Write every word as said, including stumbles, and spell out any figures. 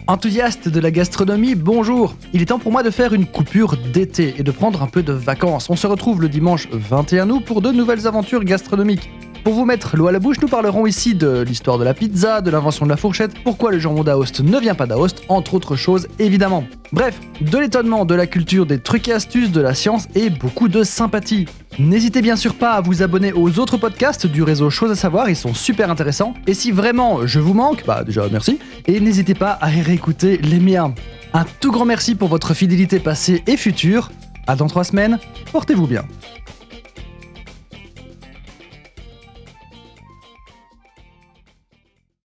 Enthousiaste de la gastronomie, bonjour. Il est temps pour moi de faire une coupure d'été et de prendre un peu de vacances. On se retrouve le dimanche vingt et un août pour de nouvelles aventures gastronomiques. Pour vous mettre l'eau à la bouche, nous parlerons ici de l'histoire de la pizza, de l'invention de la fourchette, pourquoi le jambon d'Aoste ne vient pas d'Aoste, entre autres choses évidemment. Bref, de l'étonnement, de la culture, des trucs et astuces, de la science et beaucoup de sympathie. N'hésitez bien sûr pas à vous abonner aux autres podcasts du réseau Choses à savoir, ils sont super intéressants. Et si vraiment je vous manque, bah déjà merci, et n'hésitez pas à réécouter les miens. Un tout grand merci pour votre fidélité passée et future. À dans trois semaines, portez-vous bien.